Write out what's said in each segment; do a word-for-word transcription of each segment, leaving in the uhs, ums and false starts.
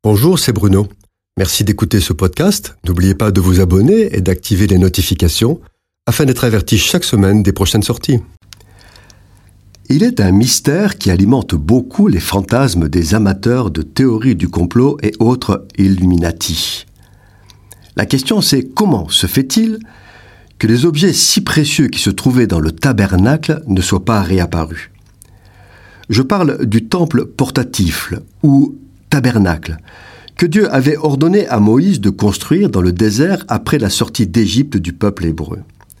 Bonjour, c'est Bruno. Merci d'écouter ce podcast. N'oubliez pas de vous abonner et d'activer les notifications afin d'être averti chaque semaine des prochaines sorties. Il est un mystère qui alimente beaucoup les fantasmes des amateurs de théories du complot et autres Illuminati. La question c'est comment se fait-il que les objets si précieux qui se trouvaient dans le tabernacle ne soient pas réapparus? Je parle du temple portatif ou tabernacle que Dieu avait ordonné à Moïse de construire dans le désert après la sortie d'Égypte du peuple hébreu.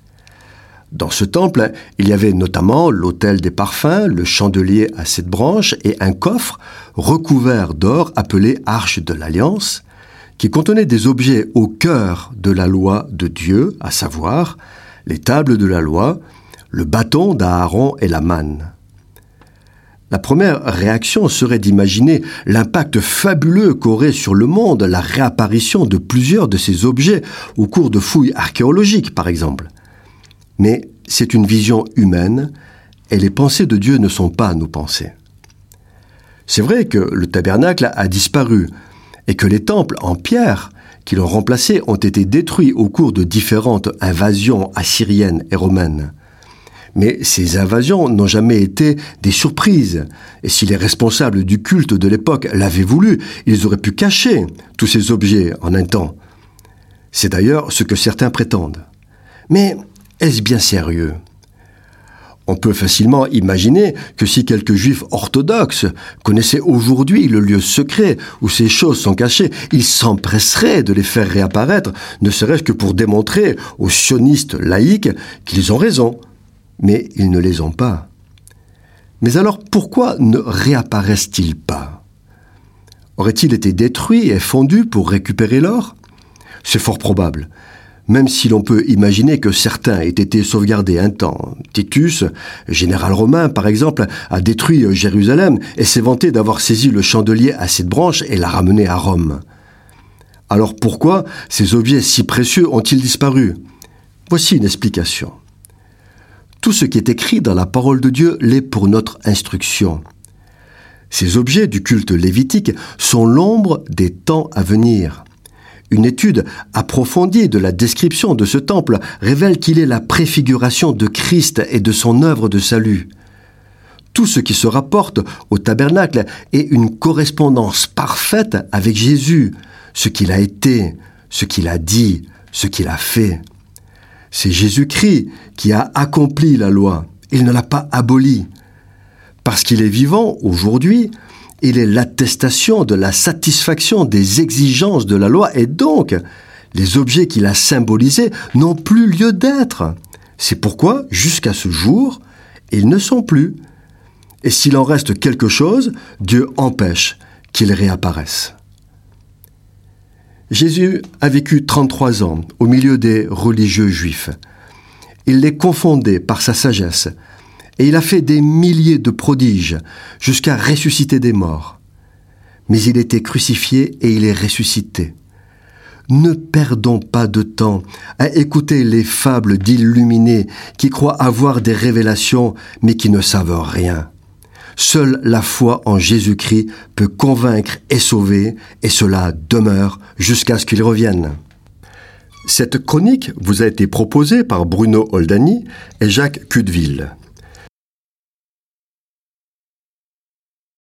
Dans ce temple, il y avait notamment l'autel des parfums, le chandelier à sept branches et un coffre recouvert d'or appelé Arche de l'Alliance, qui contenait des objets au cœur de la loi de Dieu, à savoir les tables de la loi, le bâton d'Aaron et la manne. La première réaction serait d'imaginer l'impact fabuleux qu'aurait sur le monde la réapparition de plusieurs de ces objets au cours de fouilles archéologiques, par exemple. Mais c'est une vision humaine, et les pensées de Dieu ne sont pas nos pensées. C'est vrai que le tabernacle a disparu, et que les temples en pierre qui l'ont remplacé ont été détruits au cours de différentes invasions assyriennes et romaines. Mais ces invasions n'ont jamais été des surprises. Et si les responsables du culte de l'époque l'avaient voulu, ils auraient pu cacher tous ces objets en un temps. C'est d'ailleurs ce que certains prétendent. Mais est-ce bien sérieux ? On peut facilement imaginer que si quelques juifs orthodoxes connaissaient aujourd'hui le lieu secret où ces choses sont cachées, ils s'empresseraient de les faire réapparaître, ne serait-ce que pour démontrer aux sionistes laïcs qu'ils ont raison. Mais ils ne les ont pas. Mais alors pourquoi ne réapparaissent-ils pas? Auraient-ils été détruits et fondus pour récupérer l'or? C'est fort probable, même si l'on peut imaginer que certains aient été sauvegardés un temps. Titus, général romain par exemple, a détruit Jérusalem et s'est vanté d'avoir saisi le chandelier à sept branches et l'a ramené à Rome. Alors pourquoi ces objets si précieux ont-ils disparu? Voici une explication. Tout ce qui est écrit dans la parole de Dieu l'est pour notre instruction. Ces objets du culte lévitique sont l'ombre des temps à venir. Une étude approfondie de la description de ce temple révèle qu'il est la préfiguration de Christ et de son œuvre de salut. Tout ce qui se rapporte au tabernacle est une correspondance parfaite avec Jésus, ce qu'il a été, ce qu'il a dit, ce qu'il a fait. C'est Jésus-Christ qui a accompli la loi. Il ne l'a pas abolie. Parce qu'il est vivant aujourd'hui, il est l'attestation de la satisfaction des exigences de la loi et donc, les objets qu'il a symbolisés n'ont plus lieu d'être. C'est pourquoi, jusqu'à ce jour, ils ne sont plus. Et s'il en reste quelque chose, Dieu empêche qu'ils réapparaissent. Jésus a vécu trente-trois ans au milieu des religieux juifs. Il les confondait par sa sagesse et il a fait des milliers de prodiges jusqu'à ressusciter des morts. Mais il était crucifié et il est ressuscité. Ne perdons pas de temps à écouter les fables d'illuminés qui croient avoir des révélations mais qui ne savent rien. Seule la foi en Jésus-Christ peut convaincre et sauver, et cela demeure jusqu'à ce qu'il revienne. Cette chronique vous a été proposée par Bruno Oldani et Jacques Cudeville.